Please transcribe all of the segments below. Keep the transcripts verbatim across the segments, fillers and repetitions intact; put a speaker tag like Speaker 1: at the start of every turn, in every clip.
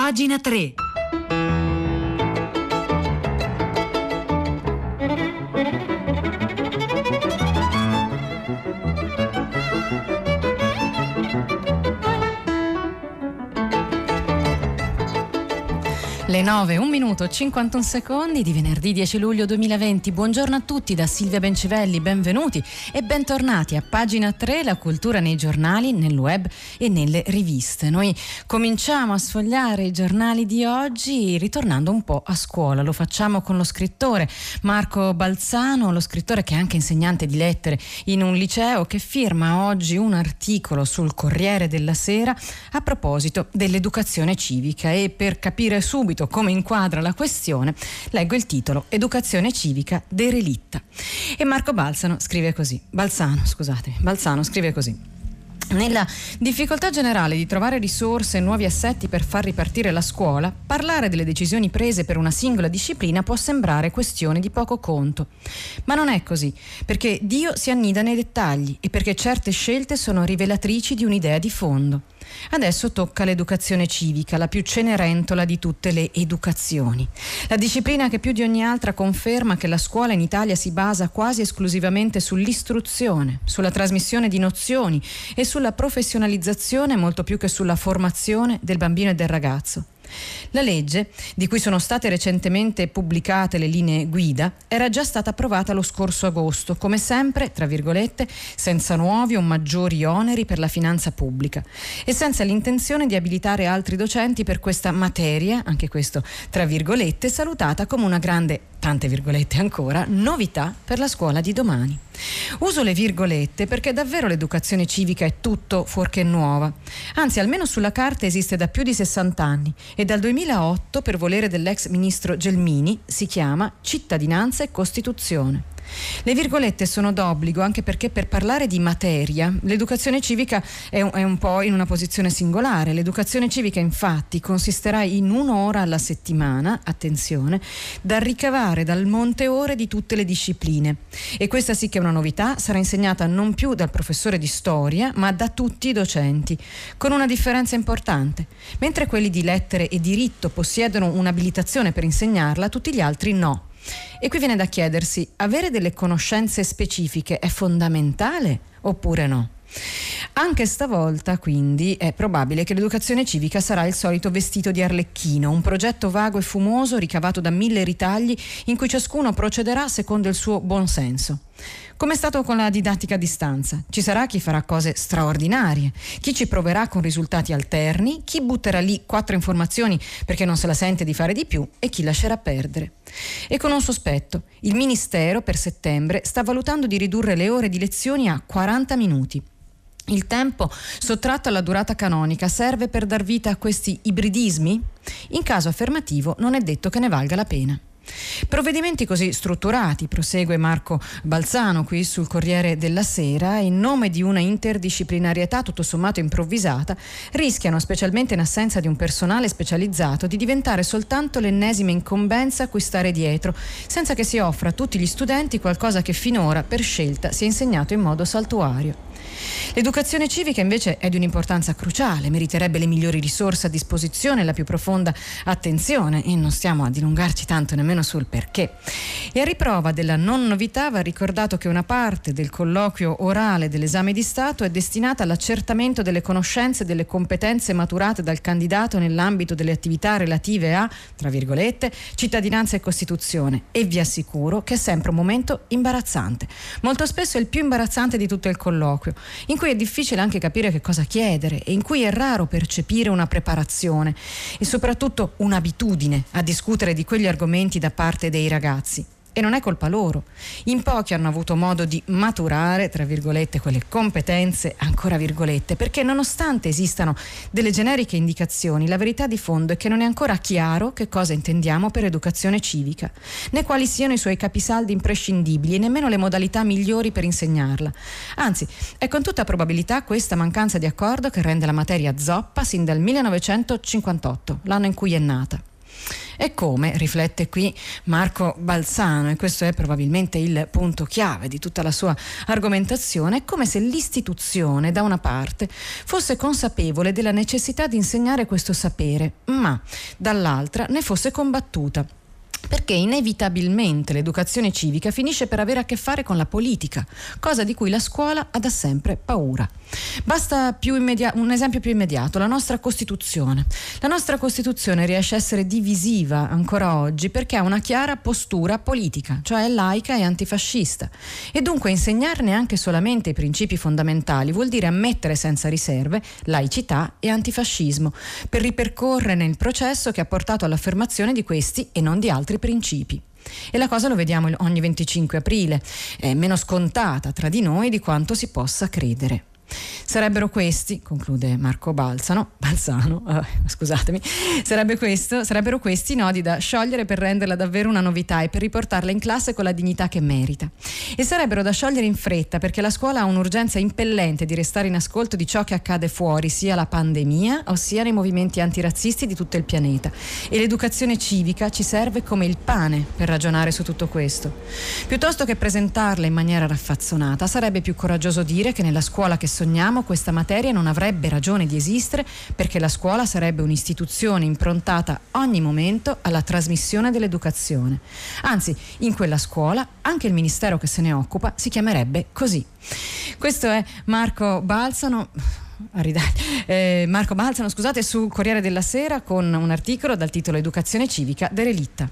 Speaker 1: Pagina tre. Le nove, un minuto, cinquantuno secondi di venerdì dieci luglio duemilaventi. Buongiorno a tutti da Silvia Bencivelli, benvenuti e bentornati a Pagina tre, la cultura nei giornali, nel web e nelle riviste. Noi cominciamo a sfogliare i giornali di oggi ritornando un po' a scuola. Lo facciamo con lo scrittore Marco Balzano, lo scrittore che è anche insegnante di lettere in un liceo, che firma oggi un articolo sul Corriere della Sera a proposito dell'educazione civica. E per capire subito come inquadra la questione, leggo il titolo: Educazione civica derelitta. E Marco Balzano scrive così. Balzano, scusate, Balzano scrive così. Nella difficoltà generale di trovare risorse e nuovi assetti per far ripartire la scuola, parlare delle decisioni prese per una singola disciplina può sembrare questione di poco conto. Ma non è così, perché Dio si annida nei dettagli e perché certe scelte sono rivelatrici di un'idea di fondo. Adesso tocca l'educazione civica, la più cenerentola di tutte le educazioni. La disciplina che più di ogni altra conferma che la scuola in Italia si basa quasi esclusivamente sull'istruzione, sulla trasmissione di nozioni e sulla professionalizzazione molto più che sulla formazione del bambino e del ragazzo. La legge, di cui sono state recentemente pubblicate le linee guida, era già stata approvata lo scorso agosto, come sempre, tra virgolette, senza nuovi o maggiori oneri per la finanza pubblica e senza l'intenzione di abilitare altri docenti per questa materia, anche questo tra virgolette, salutata come una grande, tante virgolette ancora, novità per la scuola di domani. Uso le virgolette perché davvero l'educazione civica è tutto fuorché nuova. Anzi, almeno sulla carta esiste da più di sessanta anni e dal duemilaotto, per volere dell'ex ministro Gelmini, si chiama Cittadinanza e Costituzione. Le virgolette sono d'obbligo anche perché per parlare di materia l'educazione civica è un, è un po' in una posizione singolare. L'educazione civica infatti consisterà in un'ora alla settimana, attenzione, da ricavare dal monte ore di tutte le discipline, e questa sì che è una novità, sarà insegnata non più dal professore di storia ma da tutti i docenti, con una differenza importante: mentre quelli di lettere e diritto possiedono un'abilitazione per insegnarla, tutti gli altri no. E qui viene da chiedersi: avere delle conoscenze specifiche è fondamentale oppure no? Anche stavolta, quindi, è probabile che l'educazione civica sarà il solito vestito di Arlecchino, un progetto vago e fumoso ricavato da mille ritagli in cui ciascuno procederà secondo il suo buon senso. Come è stato con la didattica a distanza, ci sarà chi farà cose straordinarie, chi ci proverà con risultati alterni, chi butterà lì quattro informazioni perché non se la sente di fare di più e chi lascerà perdere. E con un sospetto: il Ministero per settembre sta valutando di ridurre le ore di lezioni a quaranta minuti. Il tempo sottratto alla durata canonica serve per dar vita a questi ibridismi? In caso affermativo non è detto che ne valga la pena. Provvedimenti così strutturati, prosegue Marco Balzano qui sul Corriere della Sera, in nome di una interdisciplinarietà tutto sommato improvvisata, rischiano, specialmente in assenza di un personale specializzato, di diventare soltanto l'ennesima incombenza a cui stare dietro, senza che si offra a tutti gli studenti qualcosa che finora per scelta si è insegnato in modo saltuario. L'educazione civica invece è di un'importanza cruciale, meriterebbe le migliori risorse a disposizione e la più profonda attenzione, e non stiamo a dilungarci tanto nemmeno sul perché. E a riprova della non novità va ricordato che una parte del colloquio orale dell'esame di Stato è destinata all'accertamento delle conoscenze e delle competenze maturate dal candidato nell'ambito delle attività relative a, tra virgolette, cittadinanza e Costituzione, e vi assicuro che è sempre un momento imbarazzante. Molto spesso è il più imbarazzante di tutto il colloquio, in cui è difficile anche capire che cosa chiedere e in cui è raro percepire una preparazione e soprattutto un'abitudine a discutere di quegli argomenti da parte dei ragazzi. E non è colpa loro. In pochi hanno avuto modo di maturare, tra virgolette, quelle competenze, ancora virgolette, perché nonostante esistano delle generiche indicazioni, la verità di fondo è che non è ancora chiaro che cosa intendiamo per educazione civica, né quali siano i suoi capisaldi imprescindibili e nemmeno le modalità migliori per insegnarla. Anzi, è con tutta probabilità questa mancanza di accordo che rende la materia zoppa sin dal millenovecentocinquantotto, l'anno in cui è nata. E come, riflette qui Marco Balzano, e questo è probabilmente il punto chiave di tutta la sua argomentazione, è come se l'istituzione da una parte fosse consapevole della necessità di insegnare questo sapere, ma dall'altra ne fosse combattuta. Perché inevitabilmente l'educazione civica finisce per avere a che fare con la politica, cosa di cui la scuola ha da sempre paura. Basta più immedia- un esempio più immediato, la nostra Costituzione. La nostra Costituzione riesce a essere divisiva ancora oggi perché ha una chiara postura politica, cioè è laica e antifascista. E dunque insegnarne anche solamente i principi fondamentali vuol dire ammettere senza riserve laicità e antifascismo, per ripercorrere il processo che ha portato all'affermazione di questi e non di altri principi. E la cosa lo vediamo ogni venticinque aprile, è meno scontata tra di noi di quanto si possa credere. Sarebbero questi, conclude Marco Balzano, Balzano, eh, scusatemi, sarebbe questo, sarebbero questi i nodi da sciogliere per renderla davvero una novità e per riportarla in classe con la dignità che merita. E sarebbero da sciogliere in fretta perché la scuola ha un'urgenza impellente di restare in ascolto di ciò che accade fuori, sia la pandemia, ossia nei movimenti antirazzisti di tutto il pianeta. E l'educazione civica ci serve come il pane per ragionare su tutto questo. Piuttosto che presentarla in maniera raffazzonata, sarebbe più coraggioso dire che nella scuola che sogniamo questa materia non avrebbe ragione di esistere perché la scuola sarebbe un'istituzione improntata ogni momento alla trasmissione dell'educazione. Anzi, in quella scuola anche il ministero che se ne occupa si chiamerebbe così. Questo è Marco Balzano. Eh, Marco Balzano, scusate, su Corriere della Sera con un articolo dal titolo Educazione civica derelitta.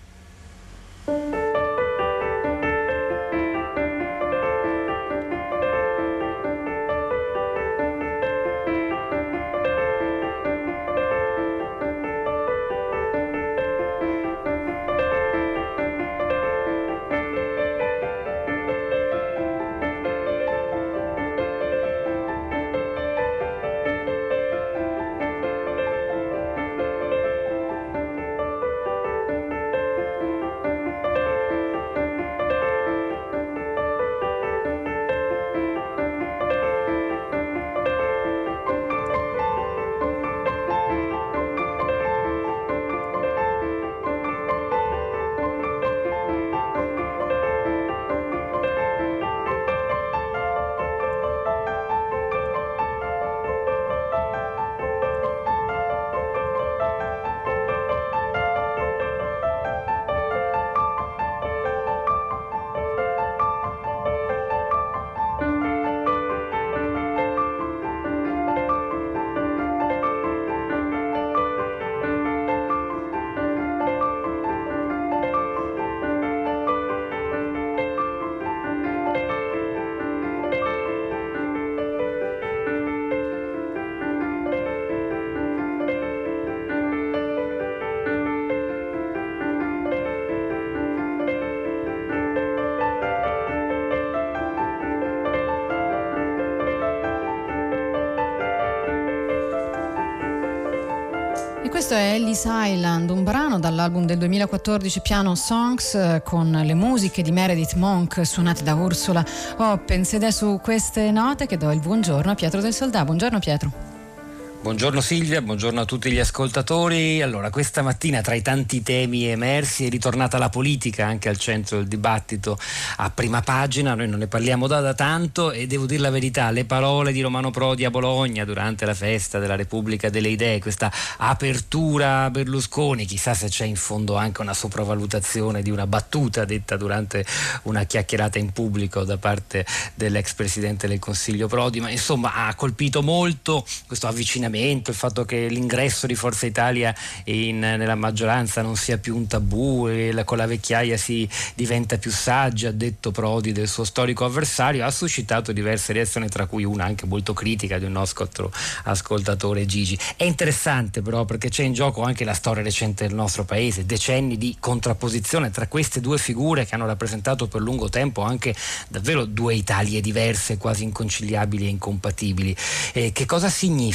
Speaker 1: Questo è Ellis Island, un brano dall'album del duemilaquattordici Piano Songs con le musiche di Meredith Monk suonate da Ursula Oppens, ed è su queste note che do il buongiorno a Pietro del Soldà. Buongiorno Pietro.
Speaker 2: Buongiorno Silvia, buongiorno a tutti gli ascoltatori. Allora, questa mattina tra i tanti temi emersi è ritornata la politica anche al centro del dibattito a prima pagina. Noi non ne parliamo da, da tanto e devo dire la verità, le parole di Romano Prodi a Bologna durante la festa della Repubblica delle Idee, questa apertura a Berlusconi, chissà se c'è in fondo anche una sopravvalutazione di una battuta detta durante una chiacchierata in pubblico da parte dell'ex presidente del Consiglio Prodi, ma insomma ha colpito molto questo avvicinamento, il fatto che l'ingresso di Forza Italia in, nella maggioranza non sia più un tabù e la, con la vecchiaia si diventa più saggia, ha detto Prodi del suo storico avversario, ha suscitato diverse reazioni, tra cui una anche molto critica di un nostro ascoltatore Gigi. È interessante però perché c'è in gioco anche la storia recente del nostro paese, decenni di contrapposizione tra queste due figure che hanno rappresentato per lungo tempo anche davvero due Italie diverse, quasi inconciliabili e incompatibili. Eh, che cosa significa questo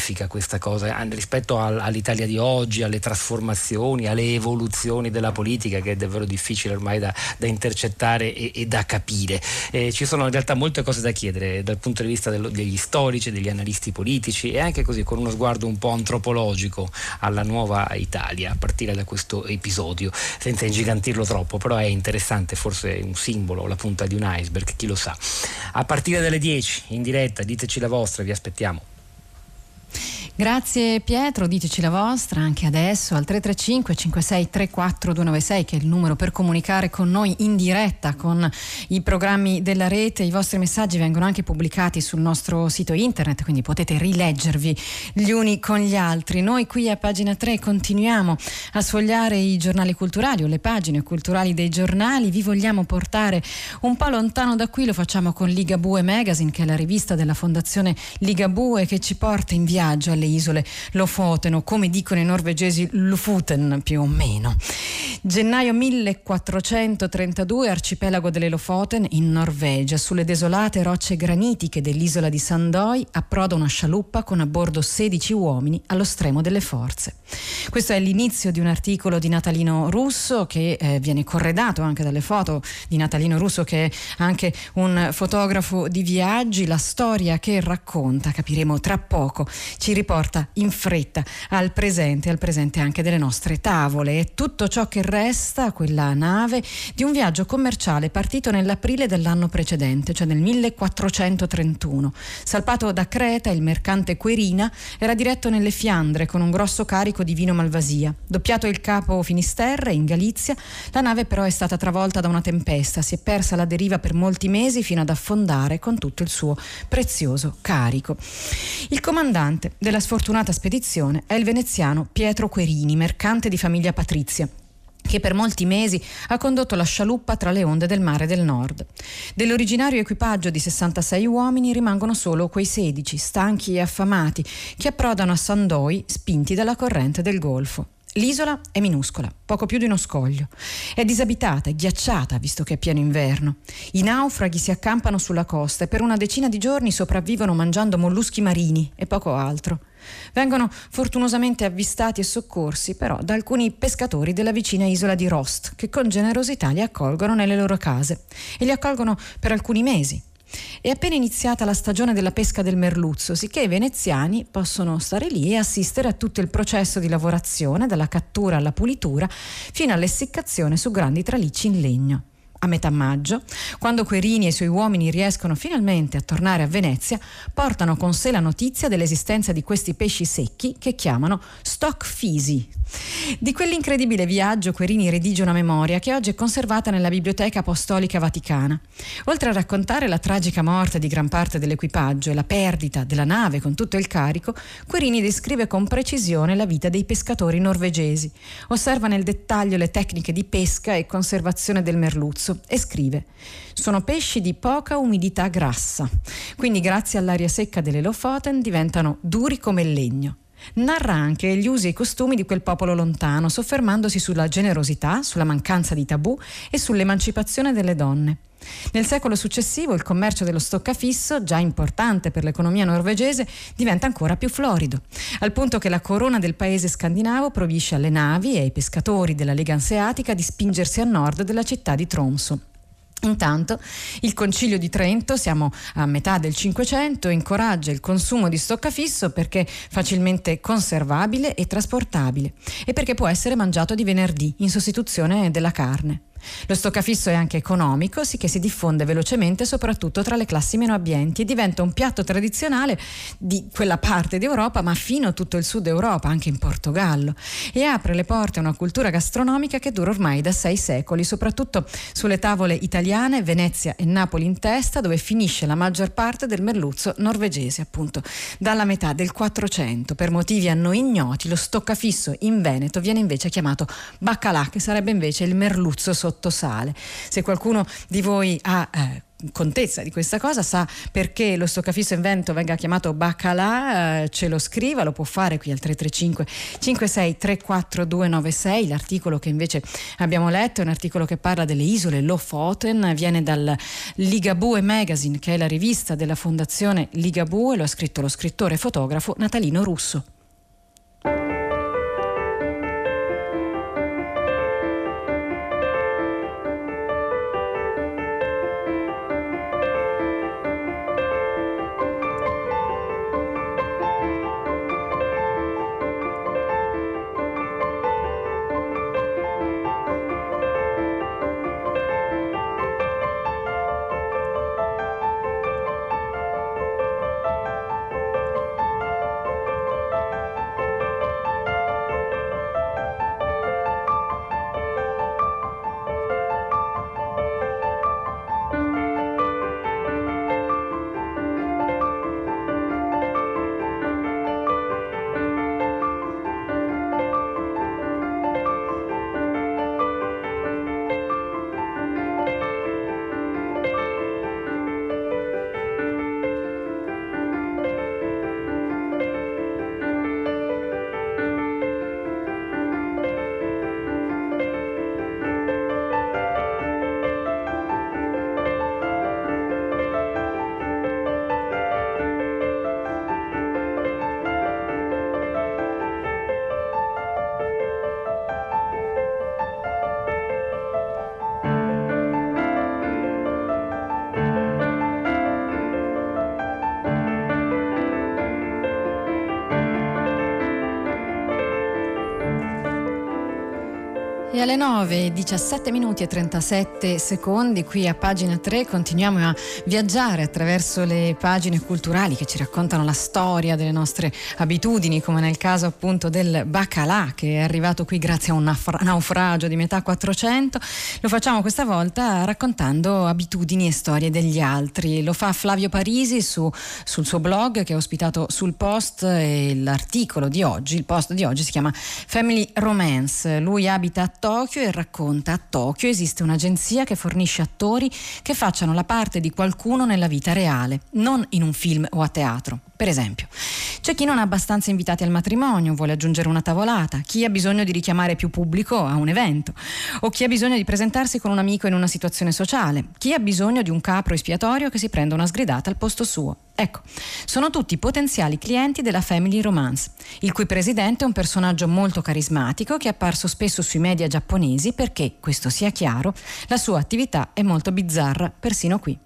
Speaker 2: questa cosa rispetto all'Italia di oggi, alle trasformazioni, alle evoluzioni della politica, che è davvero difficile ormai da, da intercettare e, e da capire. Eh, ci sono in realtà molte cose da chiedere dal punto di vista dello, degli storici, degli analisti politici, e anche così con uno sguardo un po' antropologico alla nuova Italia, a partire da questo episodio, senza ingigantirlo troppo, però è interessante, forse un simbolo, la punta di un iceberg, chi lo sa. A partire dalle dieci in diretta, diteci la vostra, vi aspettiamo.
Speaker 1: Grazie Pietro, diteci la vostra anche adesso al tre tre cinque cinque sei tre quattro due nove sei, che è il numero per comunicare con noi in diretta con i programmi della rete. I vostri messaggi vengono anche pubblicati sul nostro sito internet, quindi potete rileggervi gli uni con gli altri. Noi qui a Pagina tre continuiamo a sfogliare i giornali culturali o le pagine culturali dei giornali. Vi vogliamo portare un po' lontano da qui, lo facciamo con Ligabue Magazine, che è la rivista della Fondazione Ligabue, che ci porta in viaggio alle isole Lofoten, o come dicono i norvegesi Lofoten più o meno. Gennaio millequattrocentotrentadue, arcipelago delle Lofoten in Norvegia. Sulle desolate rocce granitiche dell'isola di Sandoy approda una scialuppa con a bordo sedici uomini allo stremo delle forze. Questo è l'inizio di un articolo di Natalino Russo, che eh, viene corredato anche dalle foto di Natalino Russo, che è anche un fotografo di viaggi. La storia che racconta, capiremo tra poco, ci riporta in fretta al presente, al presente anche delle nostre tavole. E tutto ciò che resta, quella nave, di un viaggio commerciale partito nell'aprile dell'anno precedente, cioè nel millequattrocentotrentuno. Salpato da Creta, il mercante Querina era diretto nelle Fiandre con un grosso carico di vino Malvasia. Doppiato il capo Finisterre, in Galizia, la nave però è stata travolta da una tempesta, si è persa alla deriva per molti mesi fino ad affondare con tutto il suo prezioso carico. Il comandante della sfortunata spedizione è il veneziano Pietro Querini, mercante di famiglia patrizia, che per molti mesi ha condotto la scialuppa tra le onde del mare del nord. Dell'originario equipaggio di sessantasei uomini rimangono solo quei sedici, stanchi e affamati, che approdano a Sandoy spinti dalla corrente del Golfo. L'isola è minuscola, poco più di uno scoglio. È disabitata e ghiacciata, visto che è pieno inverno. I naufraghi si accampano sulla costa e per una decina di giorni sopravvivono mangiando molluschi marini e poco altro. Vengono fortunosamente avvistati e soccorsi però da alcuni pescatori della vicina isola di Rost, che con generosità li accolgono nelle loro case e li accolgono per alcuni mesi. È appena iniziata la stagione della pesca del merluzzo, sicché i veneziani possono stare lì e assistere a tutto il processo di lavorazione, dalla cattura alla pulitura, fino all'essiccazione su grandi tralicci in legno. A metà maggio, quando Querini e i suoi uomini riescono finalmente a tornare a Venezia, portano con sé la notizia dell'esistenza di questi pesci secchi che chiamano stockfisi. Di quell'incredibile viaggio Querini redige una memoria che oggi è conservata nella Biblioteca Apostolica Vaticana. Oltre a raccontare la tragica morte di gran parte dell'equipaggio e la perdita della nave con tutto il carico, Querini descrive con precisione la vita dei pescatori norvegesi. Osserva nel dettaglio le tecniche di pesca e conservazione del merluzzo e scrive: sono pesci di poca umidità grassa, quindi grazie all'aria secca delle Lofoten diventano duri come il legno. Narra anche gli usi e i costumi di quel popolo lontano, soffermandosi sulla generosità, sulla mancanza di tabù e sull'emancipazione delle donne. Nel secolo successivo il commercio dello stoccafisso, già importante per l'economia norvegese, diventa ancora più florido, al punto che la corona del paese scandinavo proibisce alle navi e ai pescatori della Lega Anseatica di spingersi a nord della città di Tromsø. Intanto il Concilio di Trento, siamo a metà del Cinquecento, incoraggia il consumo di stoccafisso perché facilmente conservabile e trasportabile e perché può essere mangiato di venerdì in sostituzione della carne. Lo stoccafisso è anche economico, sì che si diffonde velocemente soprattutto tra le classi meno abbienti e diventa un piatto tradizionale di quella parte d'Europa, ma fino a tutto il sud Europa, anche in Portogallo, e apre le porte a una cultura gastronomica che dura ormai da sei secoli, soprattutto sulle tavole italiane, Venezia e Napoli in testa, dove finisce la maggior parte del merluzzo norvegese, appunto dalla metà del Quattrocento. Per motivi a noi ignoti, lo stoccafisso in Veneto viene invece chiamato baccalà, che sarebbe invece il merluzzo sottosale. Se qualcuno di voi ha eh, contezza di questa cosa, sa perché lo stoccafisso in Veneto venga chiamato baccalà, eh, ce lo scriva, lo può fare qui al tre tre cinque cinque sei tre quattro due nove sei. L'articolo che invece abbiamo letto è un articolo che parla delle isole Lofoten, viene dal Ligabue Magazine, che è la rivista della Fondazione Ligabue, lo ha scritto lo scrittore e fotografo Natalino Russo. E alle nove, diciassette minuti e trentasette secondi, qui a pagina tre continuiamo a viaggiare attraverso le pagine culturali che ci raccontano la storia delle nostre abitudini, come nel caso appunto del baccalà, che è arrivato qui grazie a un naufragio di metà quattrocento. Lo facciamo questa volta raccontando abitudini e storie degli altri. Lo fa Flavio Parisi su, sul suo blog, che è ospitato sul Post, e l'articolo di oggi, il post di oggi si chiama Family Romance. Lui abita a Tokyo e racconta: a Tokyo esiste un'agenzia che fornisce attori che facciano la parte di qualcuno nella vita reale, non in un film o a teatro. Per esempio, c'è chi non ha abbastanza invitati al matrimonio, vuole aggiungere una tavolata, chi ha bisogno di richiamare più pubblico a un evento, o chi ha bisogno di presentarsi con un amico in una situazione sociale, chi ha bisogno di un capro espiatorio che si prenda una sgridata al posto suo. Ecco, sono tutti potenziali clienti della Family Romance, il cui presidente è un personaggio molto carismatico che è apparso spesso sui media giapponesi perché, questo sia chiaro, la sua attività è molto bizzarra, persino qui.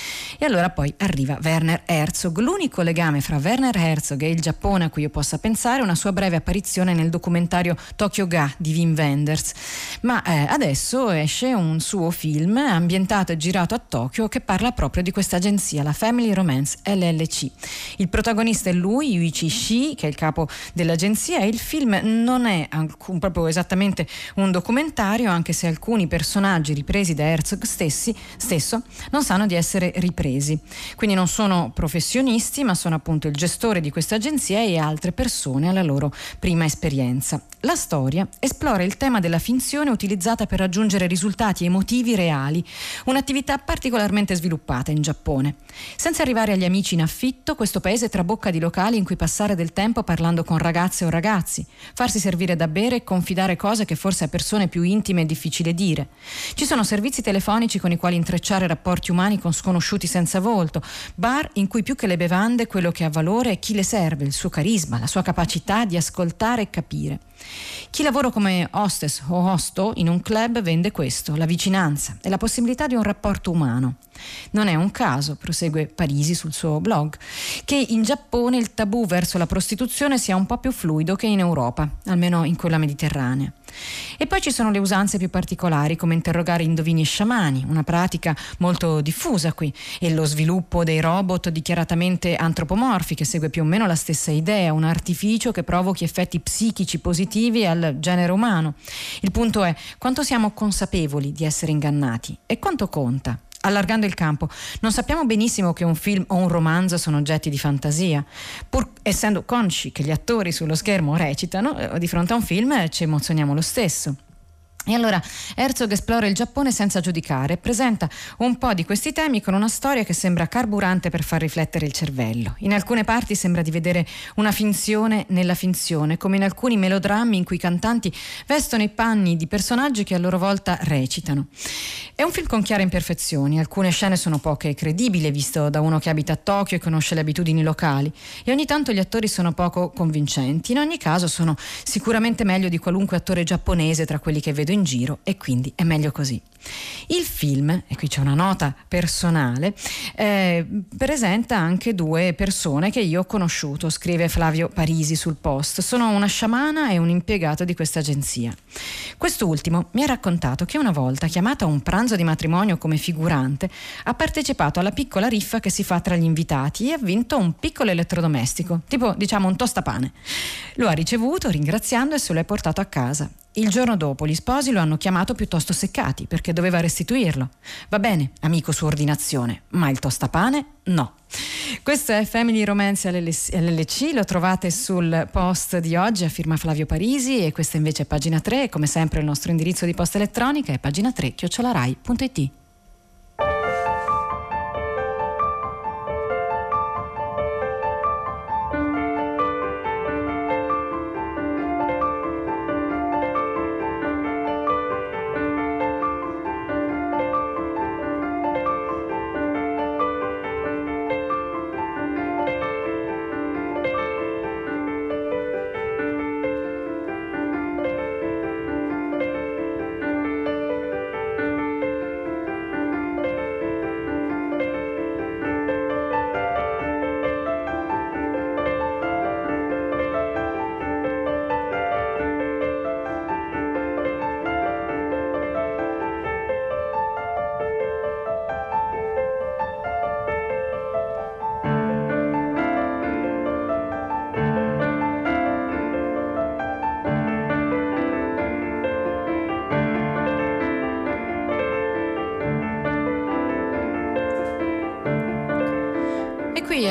Speaker 1: E allora poi arriva Werner Herzog. L'unico legame fra Werner Herzog e il Giappone a cui io possa pensare è una sua breve apparizione nel documentario Tokyo Ga di Wim Wenders, ma eh, adesso esce un suo film ambientato e girato a Tokyo che parla proprio di questa agenzia, la Family Romance L L C. Il protagonista è lui, Yuichi Shi, che è il capo dell'agenzia, e il film non è alcun, proprio esattamente un documentario, anche se alcuni personaggi ripresi da Herzog stessi, stesso non sanno di essere ripresi. Quindi non sono professionisti, ma sono appunto il gestore di questa agenzia e altre persone alla loro prima esperienza. La storia esplora il tema della finzione utilizzata per raggiungere risultati emotivi reali, un'attività particolarmente sviluppata in Giappone. Senza arrivare agli amici in affitto, questo paese trabocca di locali in cui passare del tempo parlando con ragazze o ragazzi, farsi servire da bere e confidare cose che forse a persone più intime è difficile dire. Ci sono servizi telefonici con i quali intrecciare rapporti umani con sconosciuti senza volto, bar in cui più che le bevande quello che ha valore è chi le serve, il suo carisma, la sua capacità di ascoltare e capire. Chi lavora come hostess o hosto in un club vende questo, la vicinanza e la possibilità di un rapporto umano. Non è un caso, prosegue Parisi sul suo blog, che in Giappone il tabù verso la prostituzione sia un po' più fluido che in Europa, almeno in quella mediterranea. E poi ci sono le usanze più particolari, come interrogare indovini e sciamani, una pratica molto diffusa qui, e lo sviluppo dei robot dichiaratamente antropomorfi, che segue più o meno la stessa idea, un artificio che provochi effetti psichici positivi al genere umano. Il punto è quanto siamo consapevoli di essere ingannati e quanto conta. Allargando il campo, non sappiamo benissimo che un film o un romanzo sono oggetti di fantasia. Pur essendo consci che gli attori sullo schermo recitano, di fronte a un film ci emozioniamo lo stesso. E allora Herzog esplora il Giappone senza giudicare, presenta un po' di questi temi con una storia che sembra carburante per far riflettere il cervello. In alcune parti sembra di vedere una finzione nella finzione, come in alcuni melodrammi in cui i cantanti vestono i panni di personaggi che a loro volta recitano. È un film con chiare imperfezioni, alcune scene sono poche credibili, visto da uno che abita a Tokyo e conosce le abitudini locali, e ogni tanto gli attori sono poco convincenti. In ogni caso sono sicuramente meglio di qualunque attore giapponese tra quelli che vedo in giro, e quindi è meglio così. Il film, e qui c'è una nota personale, eh, presenta anche due persone che io ho conosciuto, scrive Flavio Parisi sul Post. Sono una sciamana e un impiegato di questa agenzia. Quest'ultimo mi ha raccontato che una volta, chiamato a un pranzo di matrimonio come figurante, ha partecipato alla piccola riffa che si fa tra gli invitati e ha vinto un piccolo elettrodomestico, tipo diciamo un tostapane. Lo ha ricevuto ringraziando e se lo è portato a casa. Il giorno dopo gli sposi lo hanno chiamato piuttosto seccati perché doveva restituirlo. Va bene, amico su ordinazione, ma il tostapane no. Questo è Family Romance L L C, lo trovate sul Post di oggi a firma Flavio Parisi, e questa invece è pagina tre, e come sempre il nostro indirizzo di posta elettronica è pagina tre chiocciola rai punto it.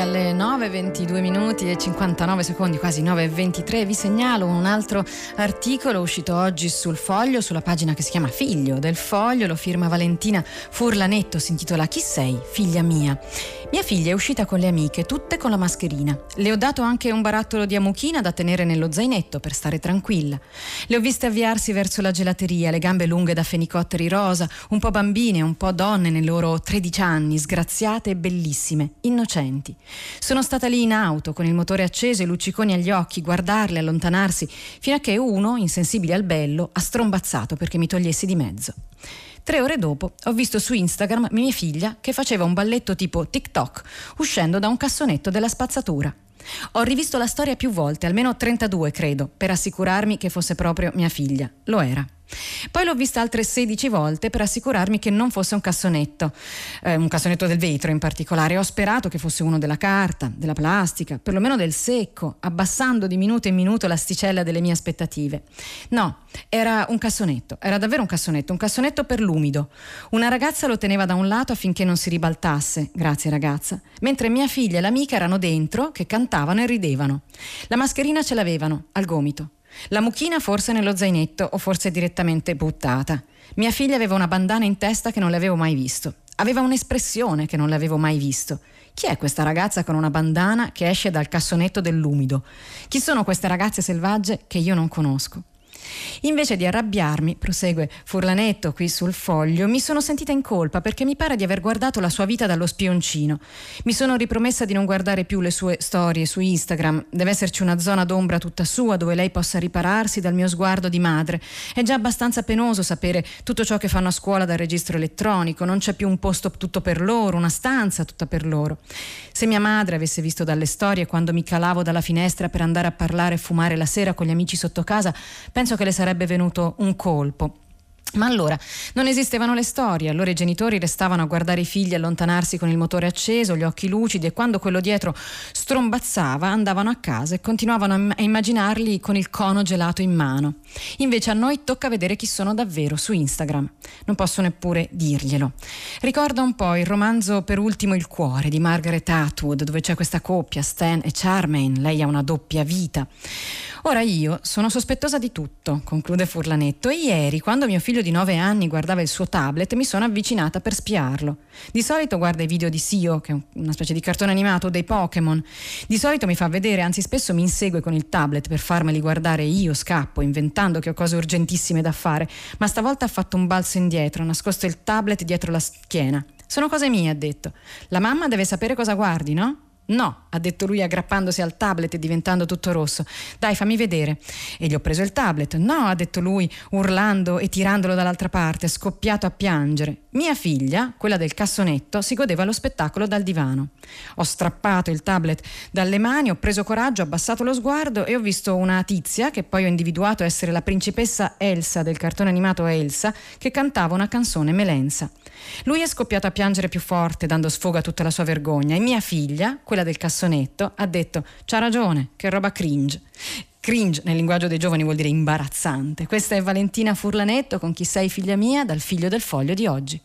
Speaker 1: alle nove e ventidue minuti e cinquantanove secondi, quasi nove e ventitré, vi segnalo un altro articolo uscito oggi sul Foglio, sulla pagina che si chiama Figlio del Foglio, lo firma Valentina Furlanetto, si intitola Chi sei, figlia mia? Mia figlia è uscita con le amiche, tutte con la mascherina. Le ho dato anche un barattolo di amuchina da tenere nello zainetto per stare tranquilla. Le ho viste avviarsi verso la gelateria, le gambe lunghe da fenicotteri rosa, un po' bambine, un po' donne nei loro tredici anni, sgraziate e bellissime, innocenti. Sono stata lì in auto, con il motore acceso e lucciconi agli occhi, guardarle, allontanarsi, fino a che uno, insensibile al bello, ha strombazzato perché mi togliessi di mezzo. Tre ore dopo ho visto su Instagram mia figlia che faceva un balletto tipo TikTok uscendo da un cassonetto della spazzatura. Ho rivisto la storia più volte, almeno trentadue credo, per assicurarmi che fosse proprio mia figlia. Lo era. Poi l'ho vista altre sedici volte per assicurarmi che non fosse un cassonetto, eh, un cassonetto del vetro in particolare. Ho sperato che fosse uno della carta, della plastica, perlomeno del secco, abbassando di minuto in minuto l'asticella delle mie aspettative. No, era un cassonetto, era davvero un cassonetto, un cassonetto per l'umido. Una ragazza lo teneva da un lato affinché non si ribaltasse, grazie ragazza, mentre mia figlia e l'amica erano dentro che cantavano e ridevano. La mascherina ce l'avevano, al gomito. La mucchina forse nello zainetto o forse direttamente buttata. Mia figlia aveva una bandana in testa che non l'avevo mai visto. Aveva un'espressione che non l'avevo mai visto. Chi è questa ragazza con una bandana che esce dal cassonetto dell'umido? Chi sono queste ragazze selvagge che io non conosco? Invece di arrabbiarmi, prosegue Furlanetto qui sul Foglio, mi sono sentita in colpa perché mi pare di aver guardato la sua vita dallo spioncino. Mi sono ripromessa di non guardare più le sue storie su Instagram. Deve esserci una zona d'ombra tutta sua dove lei possa ripararsi dal mio sguardo di madre. È già abbastanza penoso sapere tutto ciò che fanno a scuola dal registro elettronico. Non c'è più un posto tutto per loro, una stanza tutta per loro. Se mia madre avesse visto dalle storie quando mi calavo dalla finestra per andare a parlare e fumare la sera con gli amici sotto casa, penso che le sarebbe venuto un colpo. Ma allora non esistevano le storie, allora i genitori restavano a guardare i figli allontanarsi con il motore acceso, gli occhi lucidi, e quando quello dietro strombazzava andavano a casa e continuavano a immaginarli con il cono gelato in mano. Invece a noi tocca vedere chi sono davvero su Instagram. Non posso neppure dirglielo. Ricorda un po' il romanzo Per ultimo il cuore di Margaret Atwood, dove c'è questa coppia, Stan e Charmaine. Lei ha una doppia vita. Ora io sono sospettosa di tutto, conclude Furlanetto, e ieri, quando mio figlio di nove anni guardava il suo tablet, mi sono avvicinata per spiarlo. Di solito guarda i video di Sio, che è una specie di cartone animato, dei Pokémon. Di solito mi fa vedere, anzi spesso mi insegue con il tablet per farmeli guardare, e io scappo, inventando che ho cose urgentissime da fare. Ma stavolta ha fatto un balzo indietro, ha nascosto il tablet dietro la schiena. Sono cose mie, ha detto. La mamma deve sapere cosa guardi, no? No, ha detto lui aggrappandosi al tablet e diventando tutto rosso. Dai, fammi vedere. E gli ho preso il tablet. No, ha detto lui urlando e tirandolo dall'altra parte, scoppiato a piangere. Mia figlia, quella del cassonetto, si godeva lo spettacolo dal divano. Ho strappato il tablet dalle mani, ho preso coraggio, ho abbassato lo sguardo e ho visto una tizia, che poi ho individuato essere la principessa Elsa del cartone animato Elsa, che cantava una canzone melensa. Lui è scoppiato a piangere più forte, dando sfogo a tutta la sua vergogna, e mia figlia, quella del cassonetto, ha detto: c'ha ragione, che roba cringe. Cringe nel linguaggio dei giovani vuol dire imbarazzante. Questa è Valentina Furlanetto con Chi sei, figlia mia, dal Figlio del Foglio di oggi.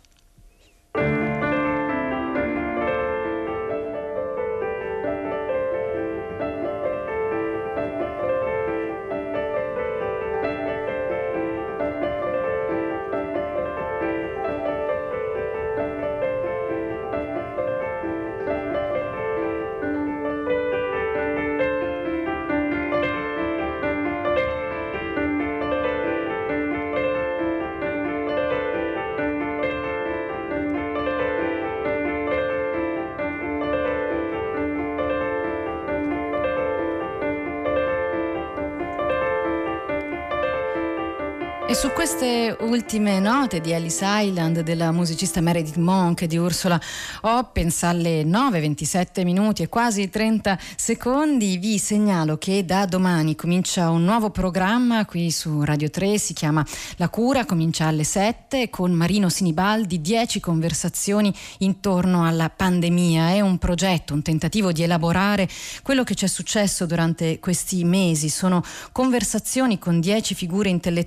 Speaker 1: E su queste ultime note di Ellis Island, della musicista Meredith Monk e di Ursula Oppens, alle nove e ventisette minuti e quasi trenta secondi, vi segnalo che da domani comincia un nuovo programma qui su Radio tre, si chiama La Cura, comincia alle sette con Marino Sinibaldi, dieci conversazioni intorno alla pandemia. È un progetto, un tentativo di elaborare quello che ci è successo durante questi mesi. Sono conversazioni con dieci figure intellettuali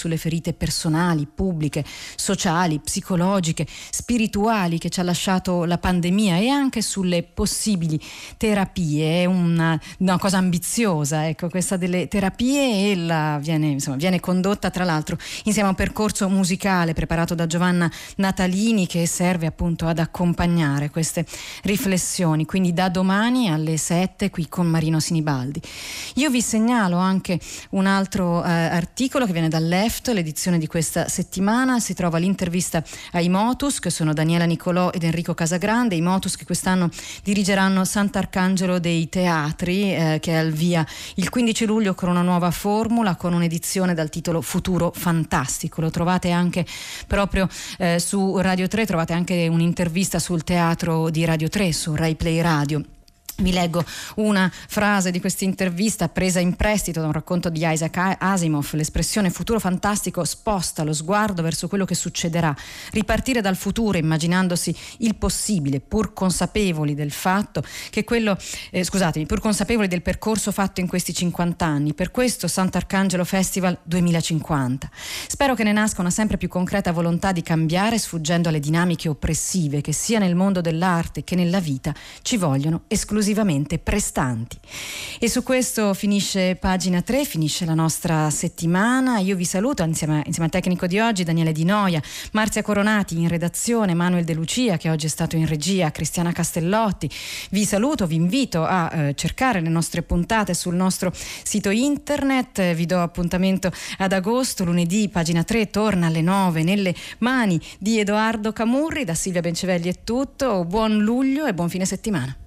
Speaker 1: sulle ferite personali, pubbliche, sociali, psicologiche, spirituali che ci ha lasciato la pandemia e anche sulle possibili terapie. È una, una cosa ambiziosa, ecco, questa delle terapie, e la viene, insomma, viene condotta tra l'altro insieme a un percorso musicale preparato da Giovanna Natalini, che serve appunto ad accompagnare queste riflessioni, quindi da domani alle sette qui con Marino Sinibaldi. Io vi segnalo anche un altro eh, articolo che viene dal Left, l'edizione di questa settimana. Si trova l'intervista ai Motus, che sono Daniela Nicolò ed Enrico Casagrande, i Motus che quest'anno dirigeranno Sant'Arcangelo dei Teatri, eh, che è al via il quindici luglio con una nuova formula, con un'edizione dal titolo Futuro Fantastico. Lo trovate anche proprio eh, su Radio tre, trovate anche un'intervista sul teatro di Radio tre, su Rai Play Radio. Vi leggo una frase di questa intervista presa in prestito da un racconto di Isaac Asimov. L'espressione futuro fantastico sposta lo sguardo verso quello che succederà. Ripartire dal futuro immaginandosi il possibile, pur consapevoli del fatto che quello, eh, scusatemi, pur consapevoli del percorso fatto in questi cinquanta anni. Per questo Sant'Arcangelo Festival duemilacinquanta. Spero che ne nasca una sempre più concreta volontà di cambiare, sfuggendo alle dinamiche oppressive che sia nel mondo dell'arte che nella vita ci vogliono esclusivamente prestanti. E su questo finisce Pagina tre, finisce la nostra settimana. Io vi saluto insieme, insieme al tecnico di oggi Daniele Di Noia, Marzia Coronati in redazione, Manuel De Lucia che oggi è stato in regia, Cristiana Castellotti. Vi saluto, vi invito a eh, cercare le nostre puntate sul nostro sito internet. Vi do appuntamento ad agosto, lunedì. Pagina tre torna alle nove nelle mani di Edoardo Camurri. Da Silvia Bencevelli è tutto, buon luglio e buon fine settimana.